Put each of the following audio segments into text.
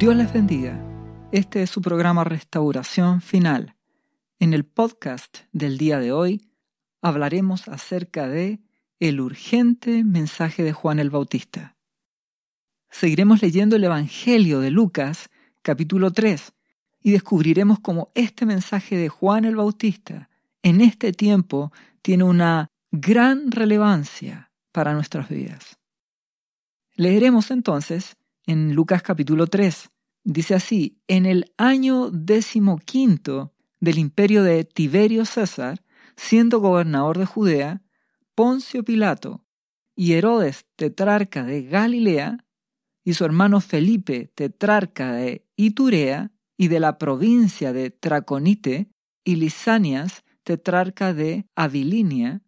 Dios les bendiga. Este es su programa Restauración Final. En el podcast del día de hoy hablaremos acerca de el urgente mensaje de Juan el Bautista. Seguiremos leyendo el Evangelio de Lucas, capítulo 3, y descubriremos cómo este mensaje de Juan el Bautista en este tiempo tiene una gran relevancia para nuestras vidas. Leeremos entonces en Lucas capítulo 3. Dice así: en el año 15 del imperio de Tiberio César, siendo gobernador de Judea, Poncio Pilato y Herodes, tetrarca de Galilea, y su hermano Felipe, tetrarca de Iturea y de la provincia de Traconite, y Lisanias, tetrarca de Abilinia.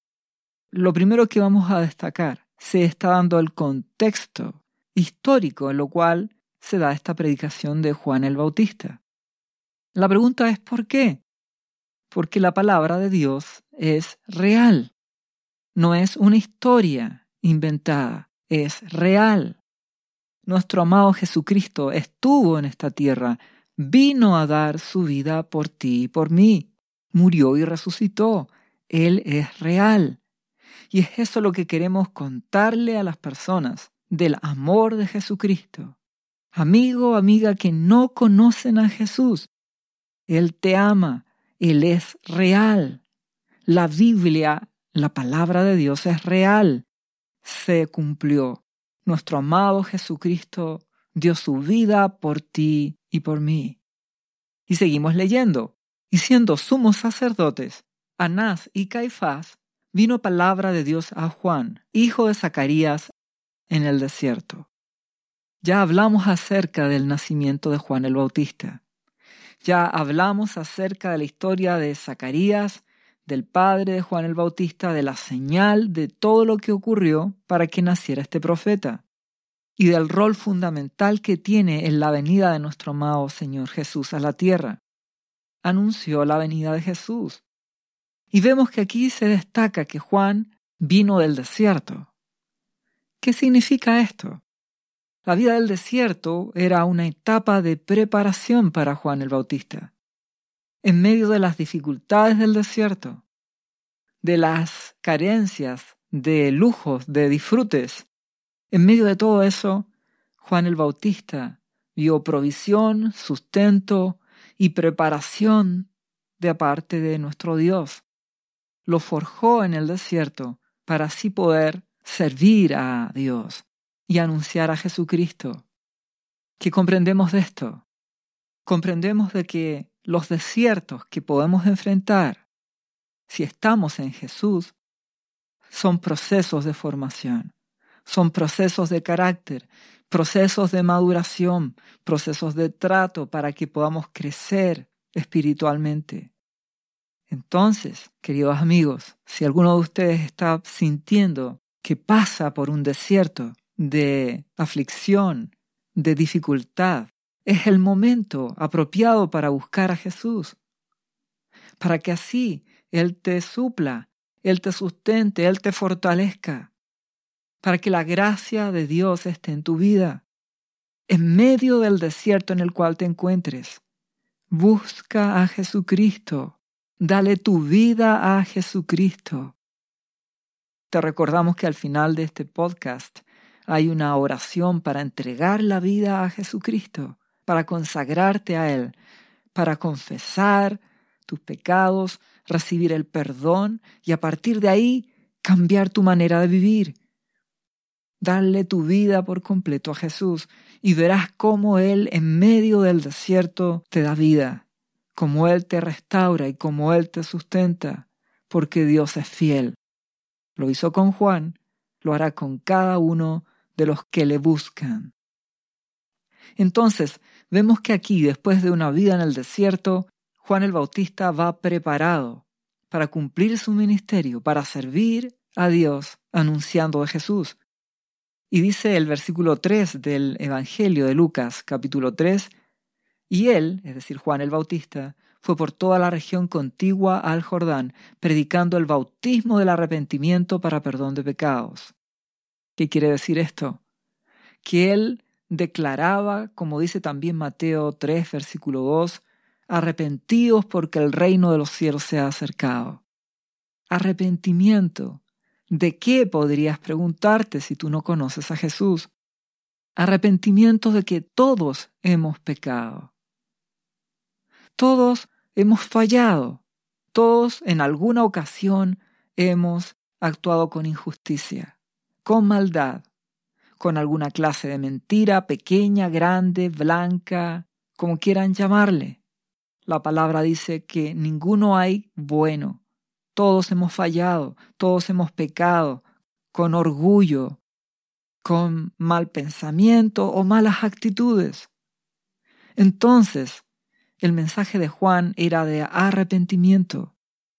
Lo primero que vamos a destacar, se está dando el contexto histórico en lo cual se da esta predicación de Juan el Bautista. La pregunta es ¿por qué? Porque la palabra de Dios es real. No es una historia inventada, es real. Nuestro amado Jesucristo estuvo en esta tierra, vino a dar su vida por ti y por mí, murió y resucitó. Él es real. Y es eso lo que queremos contarle a las personas del amor de Jesucristo. Amigo, amiga que no conocen a Jesús, Él te ama, Él es real. La Biblia, la palabra de Dios es real. Se cumplió. Nuestro amado Jesucristo dio su vida por ti y por mí. Y seguimos leyendo. Y siendo sumos sacerdotes, Anás y Caifás, vino palabra de Dios a Juan, hijo de Zacarías, en el desierto. Ya hablamos acerca del nacimiento de Juan el Bautista. Ya hablamos acerca de la historia de Zacarías, del padre de Juan el Bautista, de la señal de todo lo que ocurrió para que naciera este profeta y del rol fundamental que tiene en la venida de nuestro amado Señor Jesús a la tierra. Anunció la venida de Jesús. Y vemos que aquí se destaca que Juan vino del desierto. ¿Qué significa esto? La vida del desierto era una etapa de preparación para Juan el Bautista. En medio de las dificultades del desierto, de las carencias, de lujos, de disfrutes, en medio de todo eso, Juan el Bautista vio provisión, sustento y preparación de parte de nuestro Dios. Lo forjó en el desierto para así poder servir a Dios y anunciar a Jesucristo. ¿Qué comprendemos de esto? Comprendemos de que los desiertos que podemos enfrentar, si estamos en Jesús, son procesos de formación, son procesos de carácter, procesos de maduración, procesos de trato para que podamos crecer espiritualmente. Entonces, queridos amigos, si alguno de ustedes está sintiendo que pasa por un desierto de aflicción, de dificultad, es el momento apropiado para buscar a Jesús, para que así Él te supla, Él te sustente, Él te fortalezca, para que la gracia de Dios esté en tu vida. En medio del desierto en el cual te encuentres, busca a Jesucristo. Dale tu vida a Jesucristo. Te recordamos que al final de este podcast hay una oración para entregar la vida a Jesucristo, para consagrarte a Él, para confesar tus pecados, recibir el perdón y a partir de ahí cambiar tu manera de vivir. Dale tu vida por completo a Jesús y verás cómo Él en medio del desierto te da vida. Como Él te restaura y como Él te sustenta, porque Dios es fiel. Lo hizo con Juan, lo hará con cada uno de los que le buscan. Entonces, vemos que aquí, después de una vida en el desierto, Juan el Bautista va preparado para cumplir su ministerio, para servir a Dios anunciando a Jesús. Y dice el versículo 3 del Evangelio de Lucas, capítulo 3, y él, es decir, Juan el Bautista, fue por toda la región contigua al Jordán, predicando el bautismo del arrepentimiento para perdón de pecados. ¿Qué quiere decir esto? Que él declaraba, como dice también Mateo 3, versículo 2, arrepentíos porque el reino de los cielos se ha acercado. Arrepentimiento. ¿De qué podrías preguntarte si tú no conoces a Jesús? Arrepentimiento de que todos hemos pecado. Todos hemos fallado. Todos en alguna ocasión hemos actuado con injusticia, con maldad, con alguna clase de mentira, pequeña, grande, blanca, como quieran llamarle. La palabra dice que ninguno hay bueno. Todos hemos fallado, todos hemos pecado, con orgullo, con mal pensamiento o malas actitudes. Entonces, el mensaje de Juan era de arrepentimiento.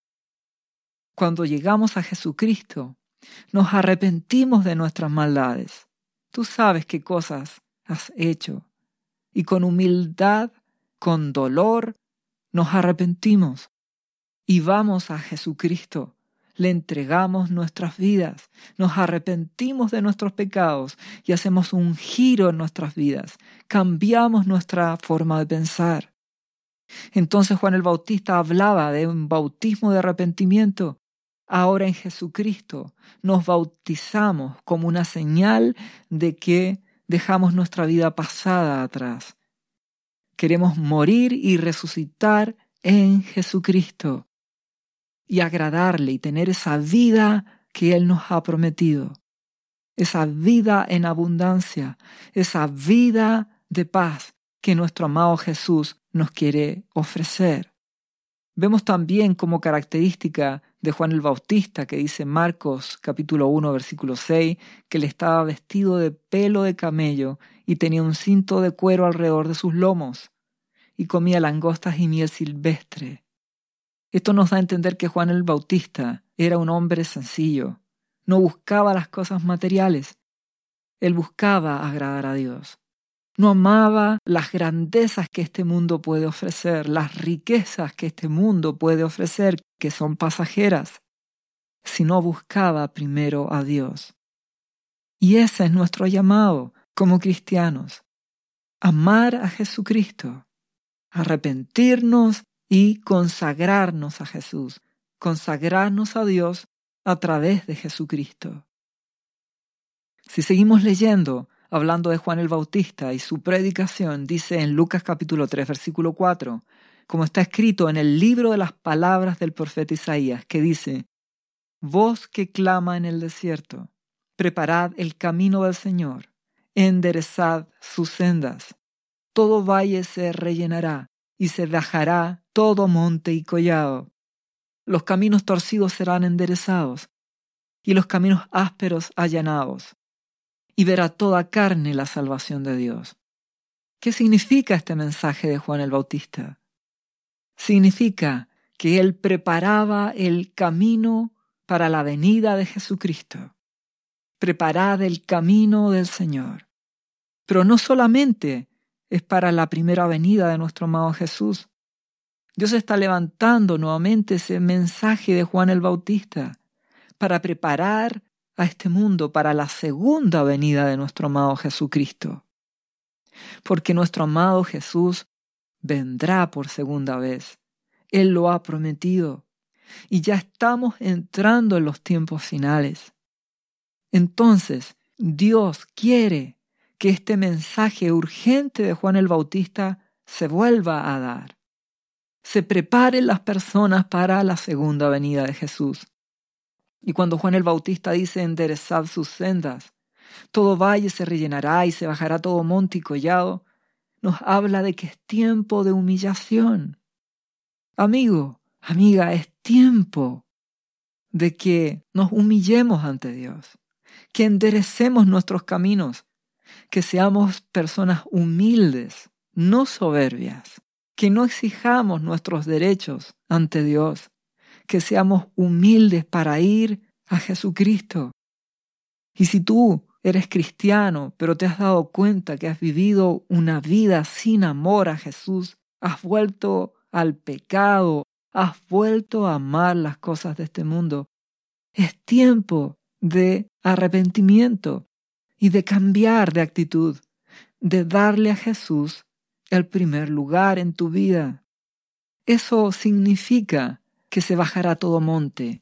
Cuando llegamos a Jesucristo, nos arrepentimos de nuestras maldades. Tú sabes qué cosas has hecho. Y con humildad, con dolor, nos arrepentimos. Y vamos a Jesucristo. Le entregamos nuestras vidas. Nos arrepentimos de nuestros pecados y hacemos un giro en nuestras vidas. Cambiamos nuestra forma de pensar. Entonces Juan el Bautista hablaba de un bautismo de arrepentimiento. Ahora en Jesucristo nos bautizamos como una señal de que dejamos nuestra vida pasada atrás. Queremos morir y resucitar en Jesucristo y agradarle y tener esa vida que Él nos ha prometido. Esa vida en abundancia, esa vida de paz que nuestro amado Jesús nos quiere ofrecer. Vemos también como característica de Juan el Bautista, que dice en Marcos capítulo 1 versículo 6, que él estaba vestido de pelo de camello y tenía un cinto de cuero alrededor de sus lomos y comía langostas y miel silvestre. Esto nos da a entender que Juan el Bautista era un hombre sencillo, no buscaba las cosas materiales, él buscaba agradar a Dios. No amaba las grandezas que este mundo puede ofrecer, las riquezas que este mundo puede ofrecer, que son pasajeras, sino buscaba primero a Dios. Y ese es nuestro llamado como cristianos, amar a Jesucristo, arrepentirnos y consagrarnos a Jesús, consagrarnos a Dios a través de Jesucristo. Si seguimos leyendo, hablando de Juan el Bautista y su predicación, dice en Lucas capítulo 3, versículo 4, como está escrito en el libro de las palabras del profeta Isaías, que dice: voz que clama en el desierto, preparad el camino del Señor, enderezad sus sendas. Todo valle se rellenará y se bajará todo monte y collado. Los caminos torcidos serán enderezados y los caminos ásperos allanados. Y verá toda carne la salvación de Dios. ¿Qué significa este mensaje de Juan el Bautista? Significa que él preparaba el camino para la venida de Jesucristo. Preparad el camino del Señor. Pero no solamente es para la primera venida de nuestro amado Jesús. Dios está levantando nuevamente ese mensaje de Juan el Bautista para preparar a este mundo para la segunda venida de nuestro amado Jesucristo. Porque nuestro amado Jesús vendrá por segunda vez. Él lo ha prometido. Y ya estamos entrando en los tiempos finales. Entonces, Dios quiere que este mensaje urgente de Juan el Bautista se vuelva a dar. Se preparen las personas para la segunda venida de Jesús. Y cuando Juan el Bautista dice enderezad sus sendas, todo valle se rellenará y se bajará todo monte y collado, nos habla de que es tiempo de humillación. Amigo, amiga, es tiempo de que nos humillemos ante Dios, que enderecemos nuestros caminos, que seamos personas humildes, no soberbias, que no exijamos nuestros derechos ante Dios, que seamos humildes para ir a Jesucristo. Y si tú eres cristiano, pero te has dado cuenta que has vivido una vida sin amor a Jesús, has vuelto al pecado, has vuelto a amar las cosas de este mundo, es tiempo de arrepentimiento y de cambiar de actitud. de darle a Jesús el primer lugar en tu vida. Eso significa que se bajará todo monte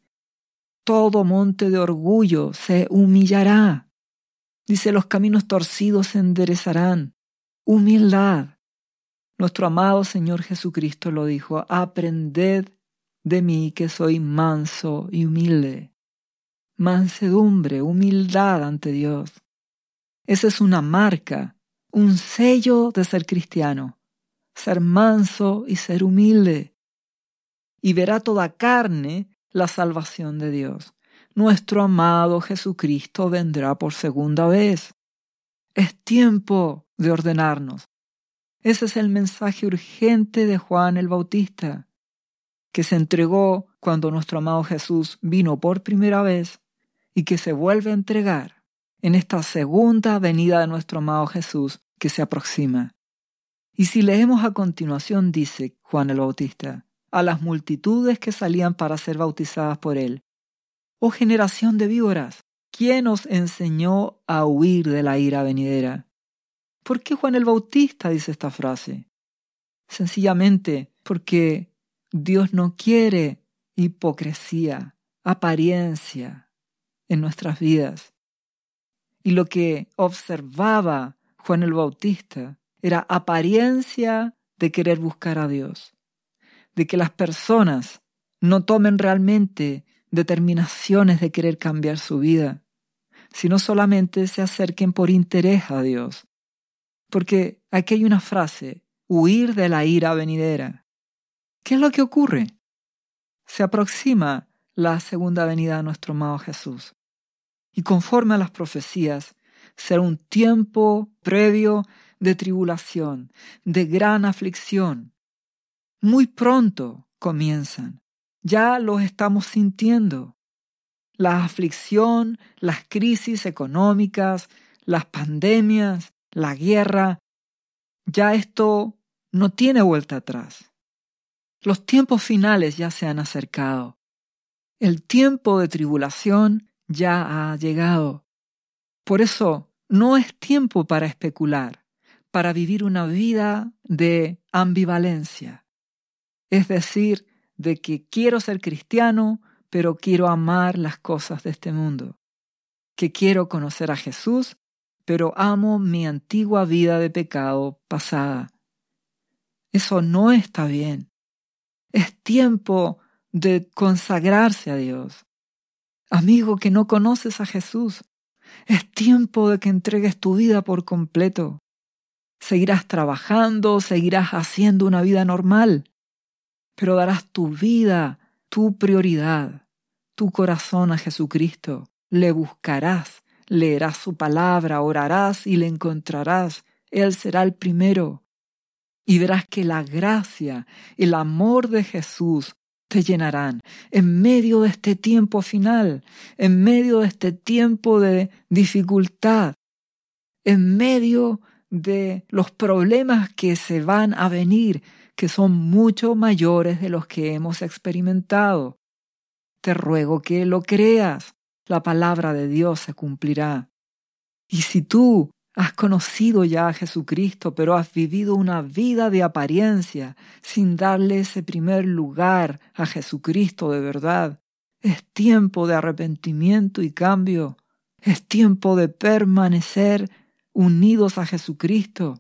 de orgullo se humillará. Dice, los caminos torcidos se enderezarán. Humildad. Nuestro amado Señor Jesucristo lo dijo, aprended de mí que soy manso y humilde. Mansedumbre, humildad ante Dios. Esa es una marca, un sello de ser cristiano. Ser manso y ser humilde. Y verá toda carne la salvación de Dios. Nuestro amado Jesucristo vendrá por segunda vez. Es tiempo de ordenarnos. Ese es el mensaje urgente de Juan el Bautista, que se entregó cuando nuestro amado Jesús vino por primera vez y que se vuelve a entregar en esta segunda venida de nuestro amado Jesús que se aproxima. Y si leemos a continuación, dice Juan el Bautista, a las multitudes que salían para ser bautizadas por él, «Oh generación de víboras, ¿quién os enseñó a huir de la ira venidera?» ¿Por qué Juan el Bautista dice esta frase? Sencillamente porque Dios no quiere hipocresía, apariencia en nuestras vidas. Y lo que observaba Juan el Bautista era apariencia de querer buscar a Dios, de que las personas no tomen realmente determinaciones de querer cambiar su vida, sino solamente se acerquen por interés a Dios. Porque aquí hay una frase, huir de la ira venidera. ¿Qué es lo que ocurre? Se aproxima la segunda venida de nuestro amado Jesús. Y conforme a las profecías, será un tiempo previo de tribulación, de gran aflicción. Muy pronto comienzan. Ya los estamos sintiendo. La aflicción, las crisis económicas, las pandemias, la guerra, ya esto no tiene vuelta atrás. Los tiempos finales ya se han acercado. El tiempo de tribulación ya ha llegado. Por eso no es tiempo para especular, para vivir una vida de ambivalencia. Es decir, de que quiero ser cristiano, pero quiero amar las cosas de este mundo. Que quiero conocer a Jesús, pero amo mi antigua vida de pecado pasada. Eso no está bien. Es tiempo de consagrarse a Dios. Amigo que no conoces a Jesús, es tiempo de que entregues tu vida por completo. Seguirás trabajando, seguirás haciendo una vida normal, pero darás tu vida, tu prioridad, tu corazón a Jesucristo. Le buscarás, leerás su palabra, orarás y le encontrarás. Él será el primero. Y verás que la gracia, el amor de Jesús te llenarán en medio de este tiempo final, en medio de este tiempo de dificultad, en medio de los problemas que se van a venir, que son mucho mayores de los que hemos experimentado. Te ruego que lo creas, la palabra de Dios se cumplirá. Y si tú has conocido ya a Jesucristo, pero has vivido una vida de apariencia sin darle ese primer lugar a Jesucristo de verdad, es tiempo de arrepentimiento y cambio. Es tiempo de permanecer unidos a Jesucristo.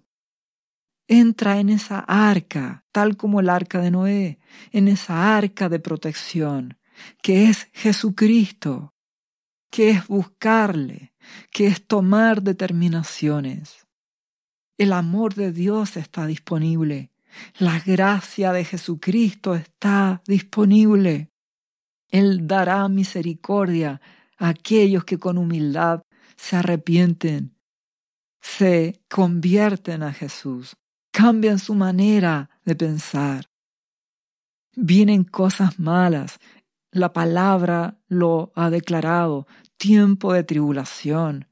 Entra en esa arca, tal como el arca de Noé, en esa arca de protección, que es Jesucristo, que es buscarle, que es tomar determinaciones. El amor de Dios está disponible. La gracia de Jesucristo está disponible. Él dará misericordia a aquellos que con humildad se arrepienten, se convierten a Jesús, cambian su manera de pensar. Vienen cosas malas. La palabra lo ha declarado. Tiempo de tribulación.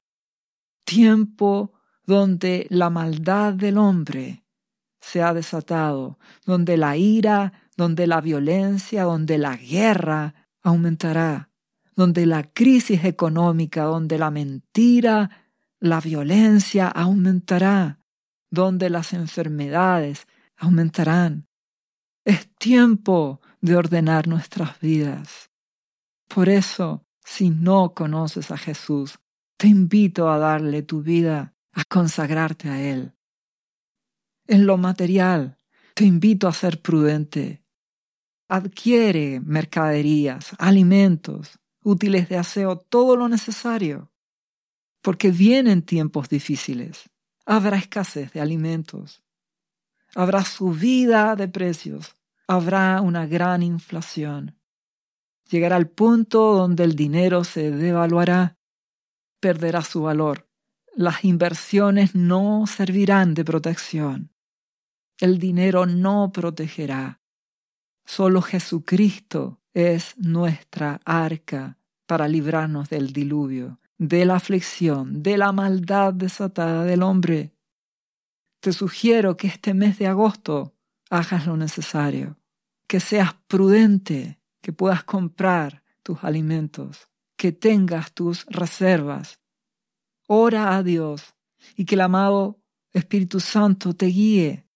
Tiempo donde la maldad del hombre se ha desatado. Donde la ira, donde la violencia, donde la guerra aumentará. Donde la crisis económica, donde la mentira, la violencia aumentará. donde las enfermedades aumentarán. Es tiempo de ordenar nuestras vidas. Por eso, si no conoces a Jesús, te invito a darle tu vida, a consagrarte a Él. En lo material, te invito a ser prudente. Adquiere mercaderías, alimentos, útiles de aseo, todo lo necesario, porque vienen tiempos difíciles. Habrá escasez de alimentos. Habrá subida de precios. Habrá una gran inflación. Llegará el punto donde el dinero se devaluará, perderá su valor. Las inversiones no servirán de protección. El dinero no protegerá. Solo Jesucristo es nuestra arca para librarnos del diluvio, de la aflicción, de la maldad desatada del hombre. Te sugiero que este mes de agosto hagas lo necesario, que seas prudente, que puedas comprar tus alimentos, que tengas tus reservas. Ora a Dios y que el amado Espíritu Santo te guíe,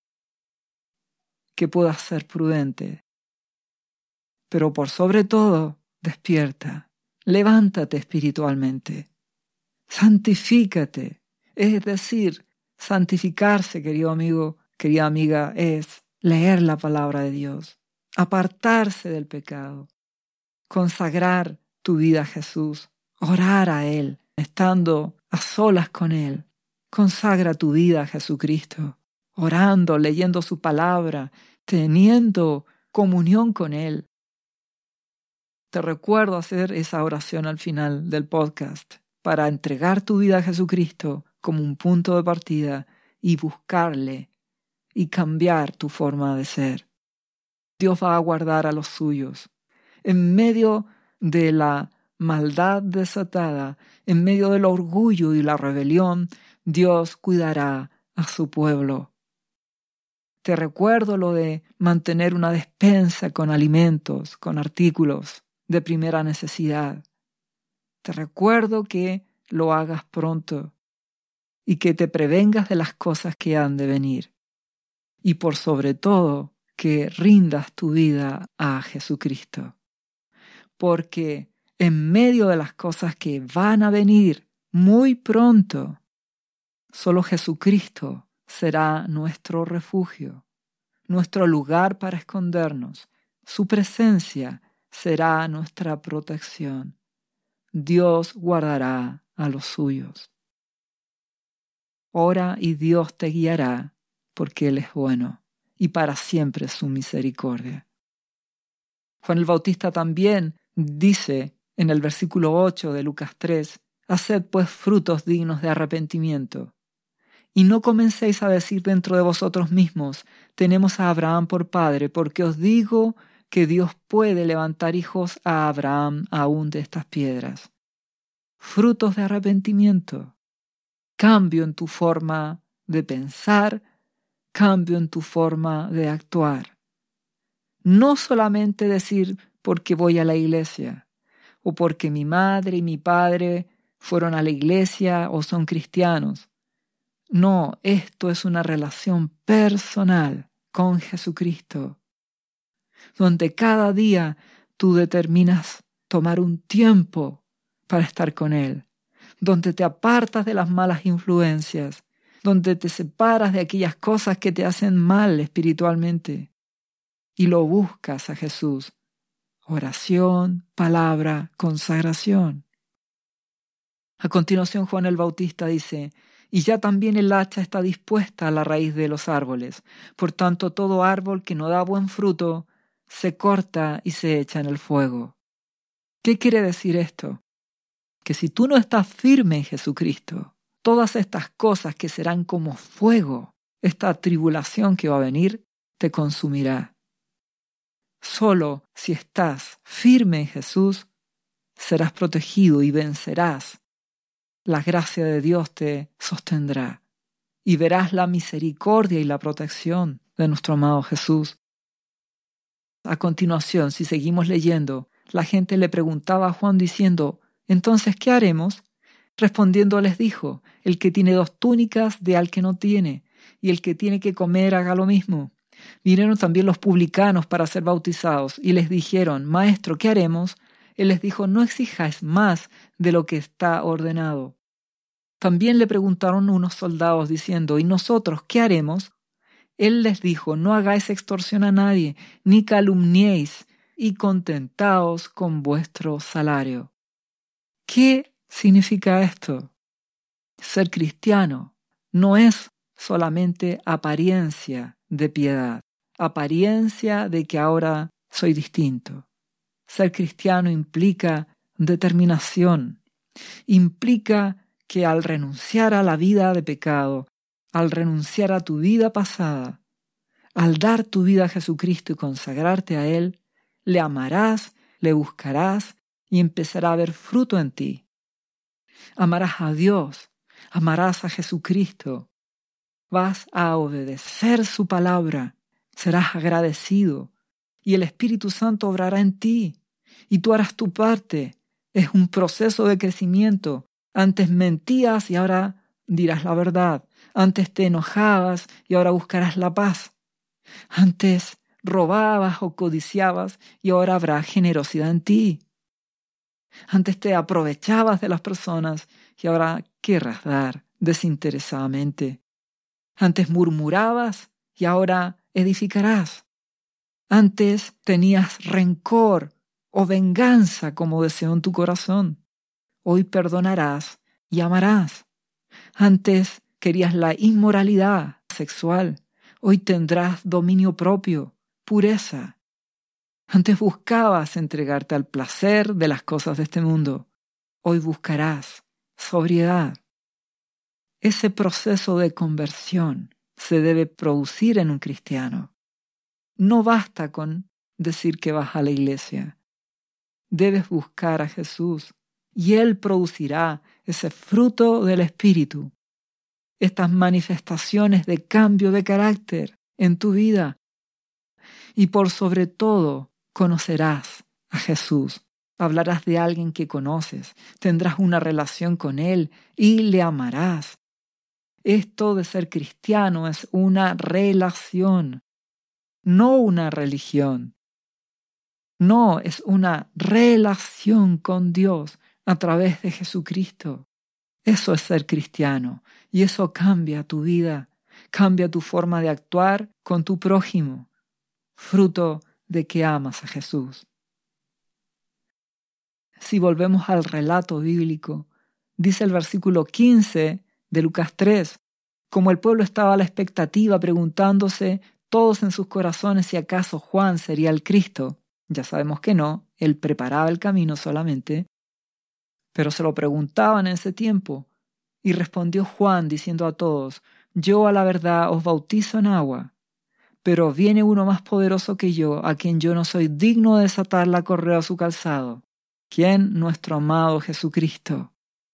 que puedas ser prudente. Pero por sobre todo, despierta, levántate espiritualmente, santifícate, es decir, santificarse, querido amigo, querida amiga, es leer la palabra de Dios, apartarse del pecado, consagrar tu vida a Jesús, orar a Él, estando a solas con Él. Consagra tu vida a Jesucristo, orando, leyendo su palabra, teniendo comunión con Él. Te recuerdo hacer esa oración al final del podcast para entregar tu vida a Jesucristo como un punto de partida y buscarle y cambiar tu forma de ser. Dios va a guardar a los suyos. En medio de la maldad desatada, en medio del orgullo y la rebelión, Dios cuidará a su pueblo. Te recuerdo lo de mantener una despensa con alimentos, con artículos de primera necesidad. Te recuerdo que lo hagas pronto y que te prevengas de las cosas que han de venir. Y por sobre todo, que rindas tu vida a Jesucristo. Porque en medio de las cosas que van a venir muy pronto, solo Jesucristo será nuestro refugio, nuestro lugar para escondernos. Su presencia será nuestra protección. Dios guardará a los suyos. Ora y Dios te guiará, porque Él es bueno, y para siempre su misericordia. Juan el Bautista también dice en el versículo 8 de Lucas 3, «Haced pues frutos dignos de arrepentimiento, y no comencéis a decir dentro de vosotros mismos, tenemos a Abraham por padre, porque os digo que Dios puede levantar hijos a Abraham aún de estas piedras». Frutos de arrepentimiento, cambio en tu forma de pensar, cambio en tu forma de actuar. No solamente decir porque voy a la iglesia, o porque mi madre y mi padre fueron a la iglesia o son cristianos. No, esto es una relación personal con Jesucristo, donde cada día tú determinas tomar un tiempo para estar con Él, donde te apartas de las malas influencias, donde te separas de aquellas cosas que te hacen mal espiritualmente y lo buscas a Jesús. Oración, palabra, consagración. A continuación Juan el Bautista dice, «Y ya también el hacha está dispuesta a la raíz de los árboles. Por tanto, todo árbol que no da buen fruto se corta y se echa en el fuego». ¿Qué quiere decir esto? Que si tú no estás firme en Jesucristo, todas estas cosas que serán como fuego, esta tribulación que va a venir, te consumirá. Solo si estás firme en Jesús, serás protegido y vencerás. La gracia de Dios te sostendrá y verás la misericordia y la protección de nuestro amado Jesús. A continuación, si seguimos leyendo, la gente le preguntaba a Juan diciendo, «Entonces, ¿qué haremos?» Respondiendo les dijo, «El que tiene 2 túnicas, dé al que no tiene, y el que tiene que comer haga lo mismo. Vinieron también los publicanos para ser bautizados y les dijeron: Maestro, ¿qué haremos? Él les dijo: no exijáis más de lo que está ordenado. También le preguntaron unos soldados diciendo: ¿y nosotros qué haremos? Él les dijo: no hagáis extorsión a nadie, ni calumniéis, y contentaos con vuestro salario. ¿Qué significa esto? Ser cristiano no es solamente apariencia de piedad, apariencia de que ahora soy distinto. Ser cristiano implica determinación, implica que al renunciar a la vida de pecado, al renunciar a tu vida pasada, al dar tu vida a Jesucristo y consagrarte a Él, le amarás, le buscarás y empezará a haber fruto en ti. Amarás a Dios, amarás a Jesucristo, vas a obedecer su palabra, serás agradecido y el Espíritu Santo obrará en ti y tú harás tu parte. Es un proceso de crecimiento. Antes mentías y ahora dirás la verdad. Antes te enojabas y ahora buscarás la paz. Antes robabas o codiciabas y ahora habrá generosidad en ti. Antes te aprovechabas de las personas y ahora querrás dar desinteresadamente. Antes murmurabas y ahora edificarás. Antes tenías rencor o venganza como deseo en tu corazón. Hoy perdonarás y amarás. Antes querías la inmoralidad sexual. Hoy tendrás dominio propio, pureza. Antes buscabas entregarte al placer de las cosas de este mundo. Hoy buscarás sobriedad. Ese proceso de conversión se debe producir en un cristiano. No basta con decir que vas a la iglesia. Debes buscar a Jesús y Él producirá ese fruto del Espíritu, estas manifestaciones de cambio de carácter en tu vida. Y por sobre todo, conocerás a Jesús. Hablarás de alguien que conoces, tendrás una relación con Él y le amarás. Esto de ser cristiano es una relación, no una religión. No, es una relación con Dios a través de Jesucristo. Eso es ser cristiano y eso cambia tu vida, cambia tu forma de actuar con tu prójimo, fruto de que amas a Jesús. Si volvemos al relato bíblico, dice el versículo 15 de Lucas 3, como el pueblo estaba a la expectativa preguntándose todos en sus corazones si acaso Juan sería el Cristo. Ya sabemos que no, él preparaba el camino solamente, pero se lo preguntaban en ese tiempo. Y respondió Juan diciendo a todos: yo a la verdad os bautizo en agua, pero viene uno más poderoso que yo, a quien yo no soy digno de desatar la correa de su calzado. ¿Quién? Nuestro amado Jesucristo.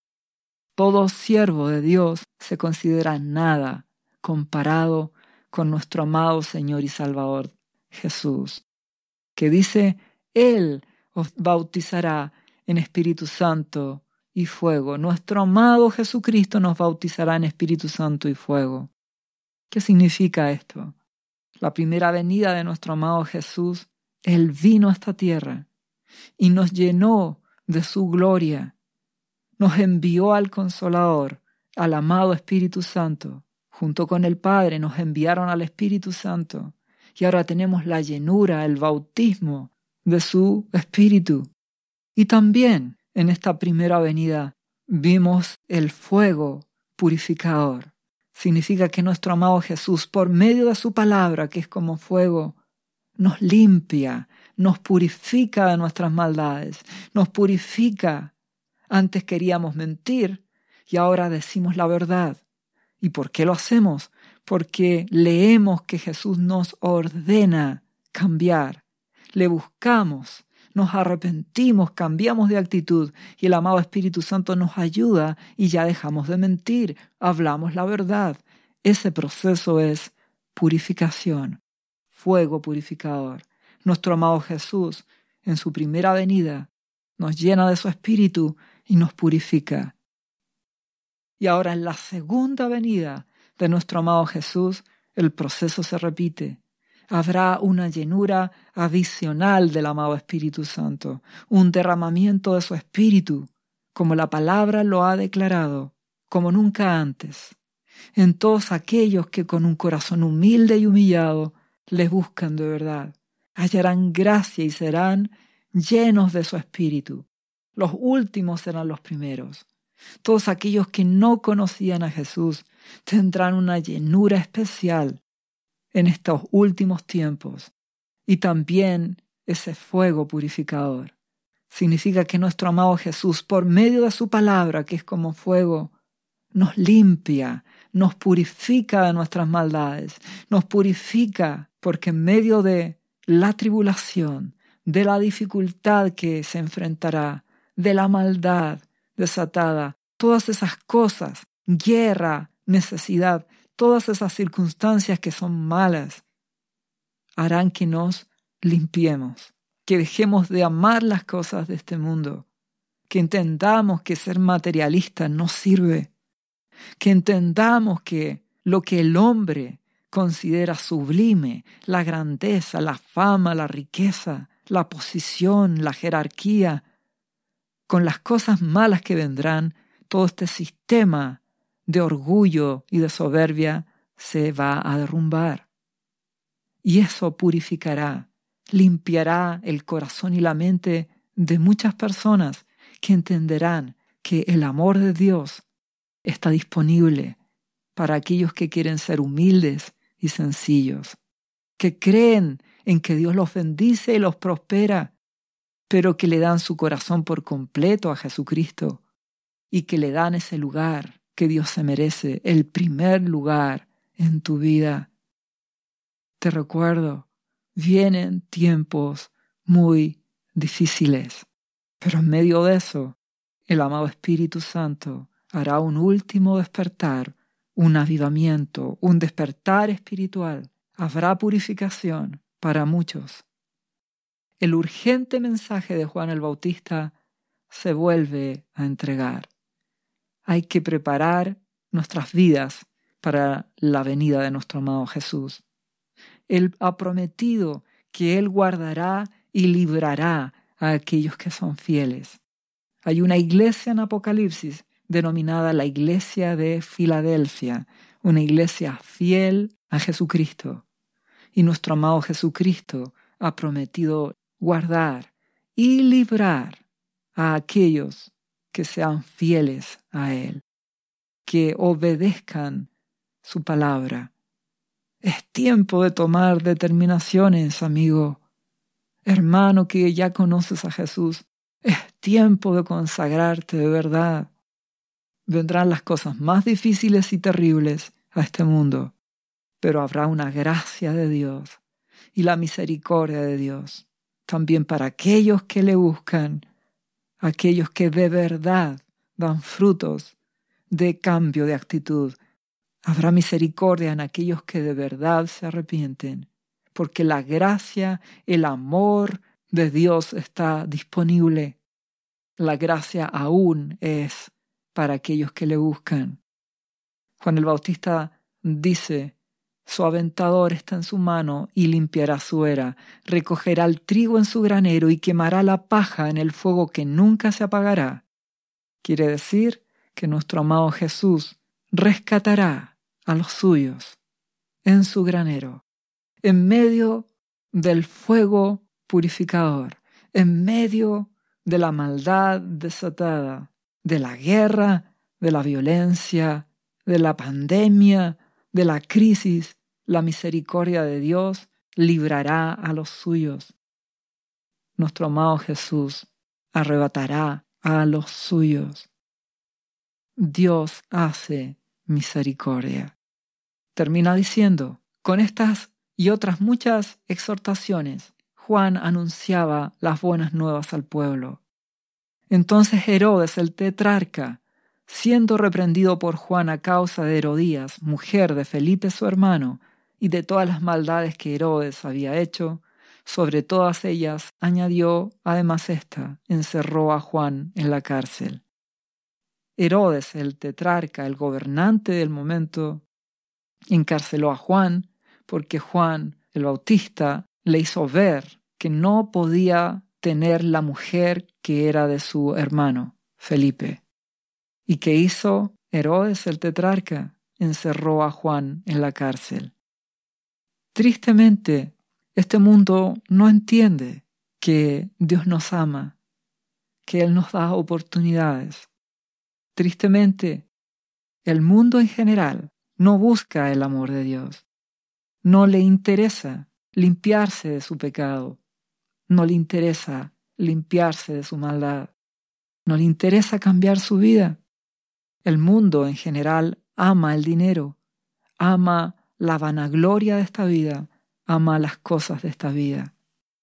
Todo siervo de Dios se considera nada comparado con nuestro amado Señor y Salvador Jesús, que dice: Él os bautizará en Espíritu Santo y fuego. Nuestro amado Jesucristo nos bautizará en Espíritu Santo y fuego. ¿Qué significa esto? La primera venida de nuestro amado Jesús, Él vino a esta tierra y nos llenó de su gloria. Nos envió al Consolador, al amado Espíritu Santo. Junto con el Padre nos enviaron al Espíritu Santo. Y ahora tenemos la llenura, el bautismo de su Espíritu. Y también en esta primera venida vimos el fuego purificador. Significa que nuestro amado Jesús, por medio de su palabra, que es como fuego, nos limpia, nos purifica de nuestras maldades, nos purifica. Antes queríamos mentir y ahora decimos la verdad. ¿Y por qué lo hacemos? Porque leemos que Jesús nos ordena cambiar. Le buscamos, nos arrepentimos, cambiamos de actitud y el amado Espíritu Santo nos ayuda y ya dejamos de mentir, hablamos la verdad. Ese proceso es purificación, fuego purificador. Nuestro amado Jesús, en su primera venida, nos llena de su Espíritu y nos purifica. Y ahora en la segunda venida de nuestro amado Jesús, el proceso se repite. Habrá una llenura adicional del amado Espíritu Santo, un derramamiento de su Espíritu, como la palabra lo ha declarado, como nunca antes, en todos aquellos que con un corazón humilde y humillado les buscan de verdad. Hallarán gracia y serán llenos de su Espíritu. Los últimos serán los primeros. Todos aquellos que no conocían a Jesús tendrán una llenura especial en estos últimos tiempos y también ese fuego purificador. Significa que nuestro amado Jesús, por medio de su palabra, que es como fuego, nos limpia, nos purifica de nuestras maldades, nos purifica porque en medio de la tribulación, de la dificultad que se enfrentará, de la maldad desatada, todas esas cosas, guerra, necesidad, todas esas circunstancias que son malas, harán que nos limpiemos, que dejemos de amar las cosas de este mundo, que entendamos que ser materialista no sirve, que entendamos que lo que el hombre considera sublime, la grandeza, la fama, la riqueza, la posición, la jerarquía, con las cosas malas que vendrán, todo este sistema de orgullo y de soberbia se va a derrumbar. Y eso purificará, limpiará el corazón y la mente de muchas personas que entenderán que el amor de Dios está disponible para aquellos que quieren ser humildes y sencillos, que creen en que Dios los bendice y los prospera, pero que le dan su corazón por completo a Jesucristo y que le dan ese lugar que Dios se merece, el primer lugar en tu vida. Te recuerdo, vienen tiempos muy difíciles, pero en medio de eso, el amado Espíritu Santo hará un último despertar, un avivamiento, un despertar espiritual. Habrá purificación para muchos. El urgente mensaje de Juan el Bautista se vuelve a entregar. Hay que preparar nuestras vidas para la venida de nuestro amado Jesús. Él ha prometido que Él guardará y librará a aquellos que son fieles. Hay una iglesia en Apocalipsis denominada la Iglesia de Filadelfia, una iglesia fiel a Jesucristo. Y nuestro amado Jesucristo ha prometido guardar y librar a aquellos que sean fieles a Él, que obedezcan su palabra. Es tiempo de tomar determinaciones, amigo. Hermano que ya conoces a Jesús, es tiempo de consagrarte de verdad. Vendrán las cosas más difíciles y terribles a este mundo, pero habrá una gracia de Dios y la misericordia de Dios también para aquellos que le buscan, aquellos que de verdad dan frutos de cambio de actitud. Habrá misericordia en aquellos que de verdad se arrepienten, porque la gracia, el amor de Dios está disponible. La gracia aún es para aquellos que le buscan. Juan el Bautista dice: su aventador está en su mano y limpiará su era, recogerá el trigo en su granero y quemará la paja en el fuego que nunca se apagará. Quiere decir que nuestro amado Jesús rescatará a los suyos en su granero, en medio del fuego purificador, en medio de la maldad desatada, de la guerra, de la violencia, de la pandemia, de la crisis. La misericordia de Dios librará a los suyos. Nuestro amado Jesús arrebatará a los suyos. Dios hace misericordia. Termina diciendo: con estas y otras muchas exhortaciones, Juan anunciaba las buenas nuevas al pueblo. Entonces Herodes el tetrarca, siendo reprendido por Juan a causa de Herodías, mujer de Felipe su hermano, y de todas las maldades que Herodes había hecho, sobre todas ellas añadió además esta: encerró a Juan en la cárcel. Herodes el tetrarca, el gobernante del momento, Encarceló a Juan porque Juan el Bautista le hizo ver que no podía tener la mujer que era de su hermano, Felipe. ¿Y qué hizo Herodes el tetrarca? Encerró a Juan en la cárcel. Tristemente, este mundo no entiende que Dios nos ama, que Él nos da oportunidades. Tristemente, el mundo en general no busca el amor de Dios. No le interesa limpiarse de su pecado. No le interesa limpiarse de su maldad. No le interesa cambiar su vida. El mundo en general ama el dinero, ama la vanagloria de esta vida, ama las cosas de esta vida.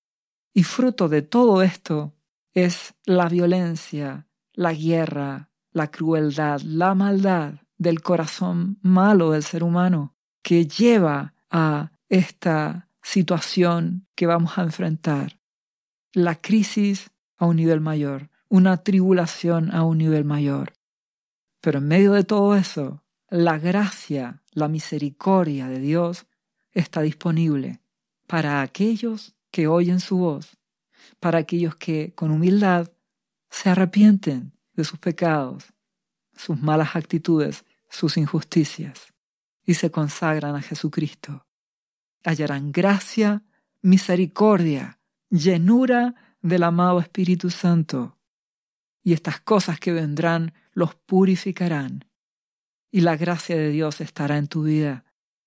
Y fruto de todo esto es la violencia, la guerra, la crueldad, la maldad del corazón malo del ser humano que lleva a esta situación que vamos a enfrentar. La crisis a un nivel mayor, una tribulación a un nivel mayor. Pero en medio de todo eso, la gracia, la misericordia de Dios está disponible para aquellos que oyen su voz, para aquellos que con humildad se arrepienten de sus pecados, sus malas actitudes, sus injusticias, y se consagran a Jesucristo. Hallarán gracia, misericordia, llenura del amado Espíritu Santo. Y estas cosas que vendrán los purificarán. Y la gracia de Dios estará en tu vida.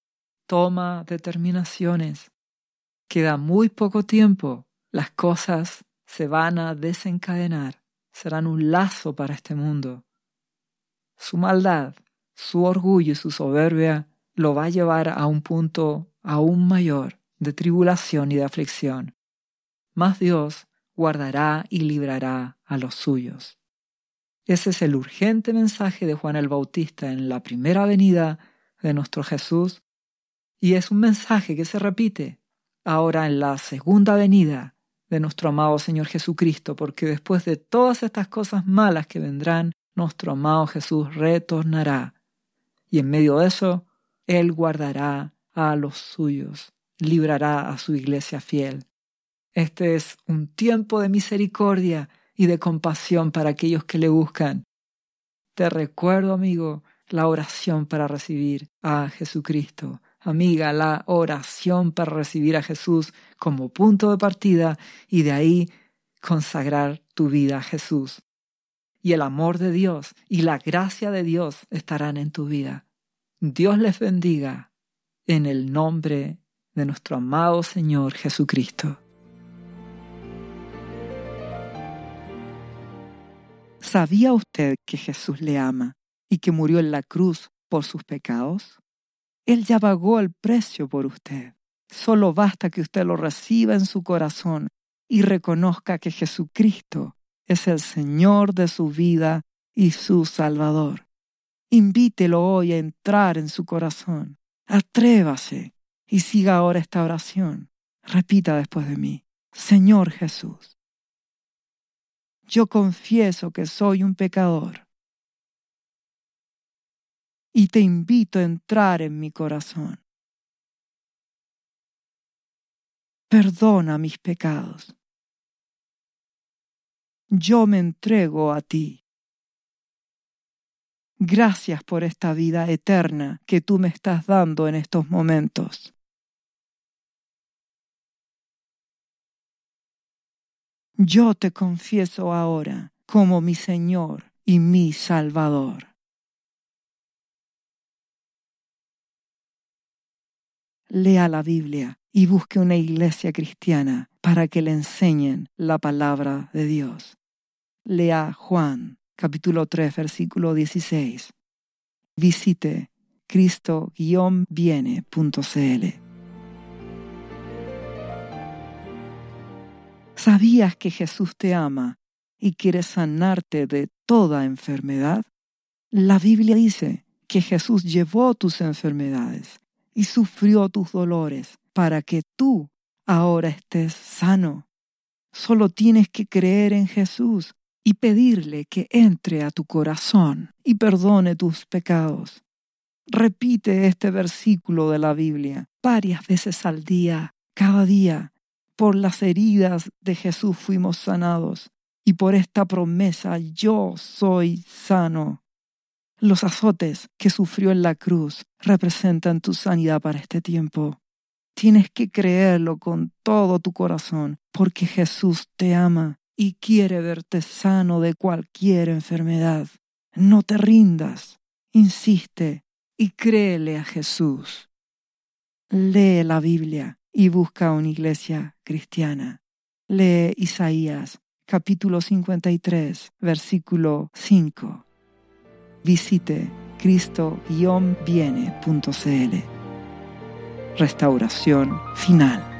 Toma determinaciones. Queda muy poco tiempo. Las cosas se van a desencadenar. Serán un lazo para este mundo. Su maldad, su orgullo y su soberbia lo va a llevar a un punto aún mayor de tribulación y de aflicción. Mas Dios guardará y librará a los suyos. Ese es el urgente mensaje de Juan el Bautista en la primera venida de nuestro Jesús, y es un mensaje que se repite ahora en la segunda venida de nuestro amado Señor Jesucristo, porque después de todas estas cosas malas que vendrán, nuestro amado Jesús retornará, y en medio de eso, Él guardará a los suyos, librará a su iglesia fiel. Este es un tiempo de misericordia y de compasión para aquellos que le buscan. Te recuerdo, amigo, la oración para recibir a Jesucristo. Amiga, la oración para recibir a Jesús como punto de partida y de ahí consagrar tu vida a Jesús. Y el amor de Dios y la gracia de Dios estarán en tu vida. Dios les bendiga en el nombre de nuestro amado Señor Jesucristo. ¿Sabía usted que Jesús le ama y que murió en la cruz por sus pecados? Él ya pagó el precio por usted. Solo basta que usted lo reciba en su corazón y reconozca que Jesucristo es el Señor de su vida y su Salvador. Invítelo hoy a entrar en su corazón. Atrévase y siga ahora esta oración. Repita después de mí: Señor Jesús, yo confieso que soy un pecador y te invito a entrar en mi corazón. Perdona mis pecados. Yo me entrego a ti. Gracias por esta vida eterna que tú me estás dando en estos momentos. Yo te confieso ahora como mi Señor y mi Salvador. Lea la Biblia y busque una iglesia cristiana para que le enseñen la palabra de Dios. Lea Juan, capítulo 3, versículo 16. Visite cristo-viene.cl. ¿Sabías que Jesús te ama y quiere sanarte de toda enfermedad? La Biblia dice que Jesús llevó tus enfermedades y sufrió tus dolores para que tú ahora estés sano. Solo tienes que creer en Jesús y pedirle que entre a tu corazón y perdone tus pecados. Repite este versículo de la Biblia varias veces al día, cada día. Por las heridas de Jesús fuimos sanados y por esta promesa yo soy sano. Los azotes que sufrió en la cruz representan tu sanidad para este tiempo. Tienes que creerlo con todo tu corazón porque Jesús te ama y quiere verte sano de cualquier enfermedad. No te rindas, insiste y créele a Jesús. Lee la Biblia y busca una iglesia cristiana. Lee Isaías, capítulo 53, versículo 5. Visite cristo-viene.cl. Restauración final.